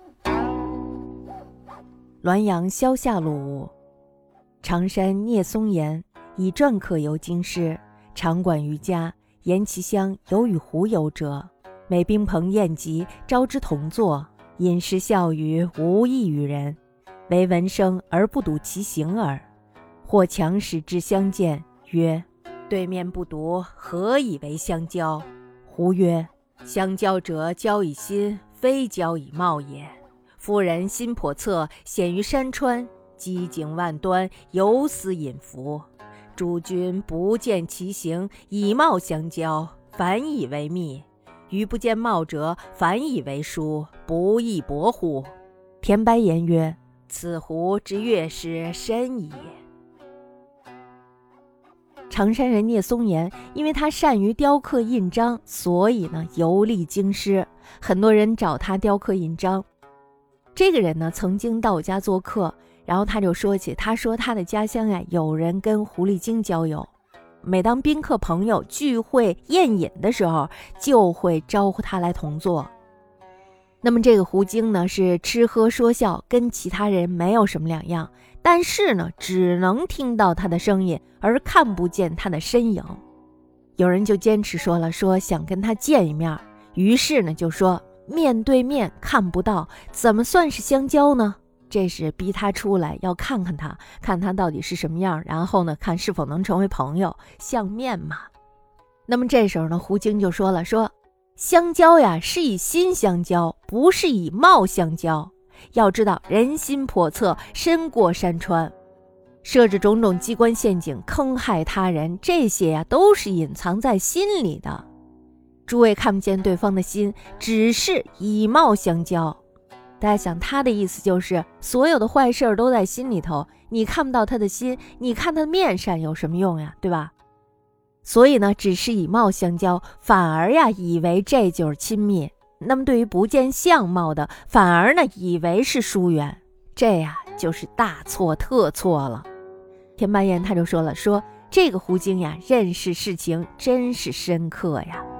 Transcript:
滦阳萧下路，常山聂松岩以篆刻游京师，常馆于家，言其乡有与胡游者，每宾朋宴集，招之同坐，饮食笑语，无异于人，唯闻声而不睹其形耳。或强使之相见，曰：对面不读，何以为相交？胡曰：相交者，交以心，非交以貌也。夫人心叵测，险于山川，机警万端，有死隐伏。诸君不见其形，以貌相交，反以为密；余不见貌者，反以为疏，不亦薄乎？田白言曰：此胡之乐师深矣。常山人聂松岩，因为他善于雕刻印章，所以呢游历京师，很多人找他雕刻印章。这个人呢曾经到我家做客，然后他就说起，他说他的家乡有人跟狐狸精交友，每当宾客朋友聚会宴饮的时候，就会招呼他来同坐。那么这个狐精呢是吃喝说笑，跟其他人没有什么两样，但是呢只能听到他的声音，而看不见他的身影。有人就坚持说想跟他见一面，于是呢就说面对面看不到，怎么算是相交呢？这是逼他出来，要看看他，看他到底是什么样，然后呢看是否能成为朋友，相面嘛。那么这时候呢狐精就说相交呀是以心相交，不是以貌相交。要知道人心叵测，深过山川，设置种种机关陷阱，坑害他人，这些都是隐藏在心里的。诸位看不见对方的心，只是以貌相交。大家想，他的意思就是所有的坏事都在心里头，你看不到他的心，你看他的面善有什么用呀，对吧？所以呢只是以貌相交，反而以为这就是亲密。那么对于不见相貌的，反而呢以为是疏远，这就是大错特错了。田白岩他就说这个狐精认识事情真是深刻呀。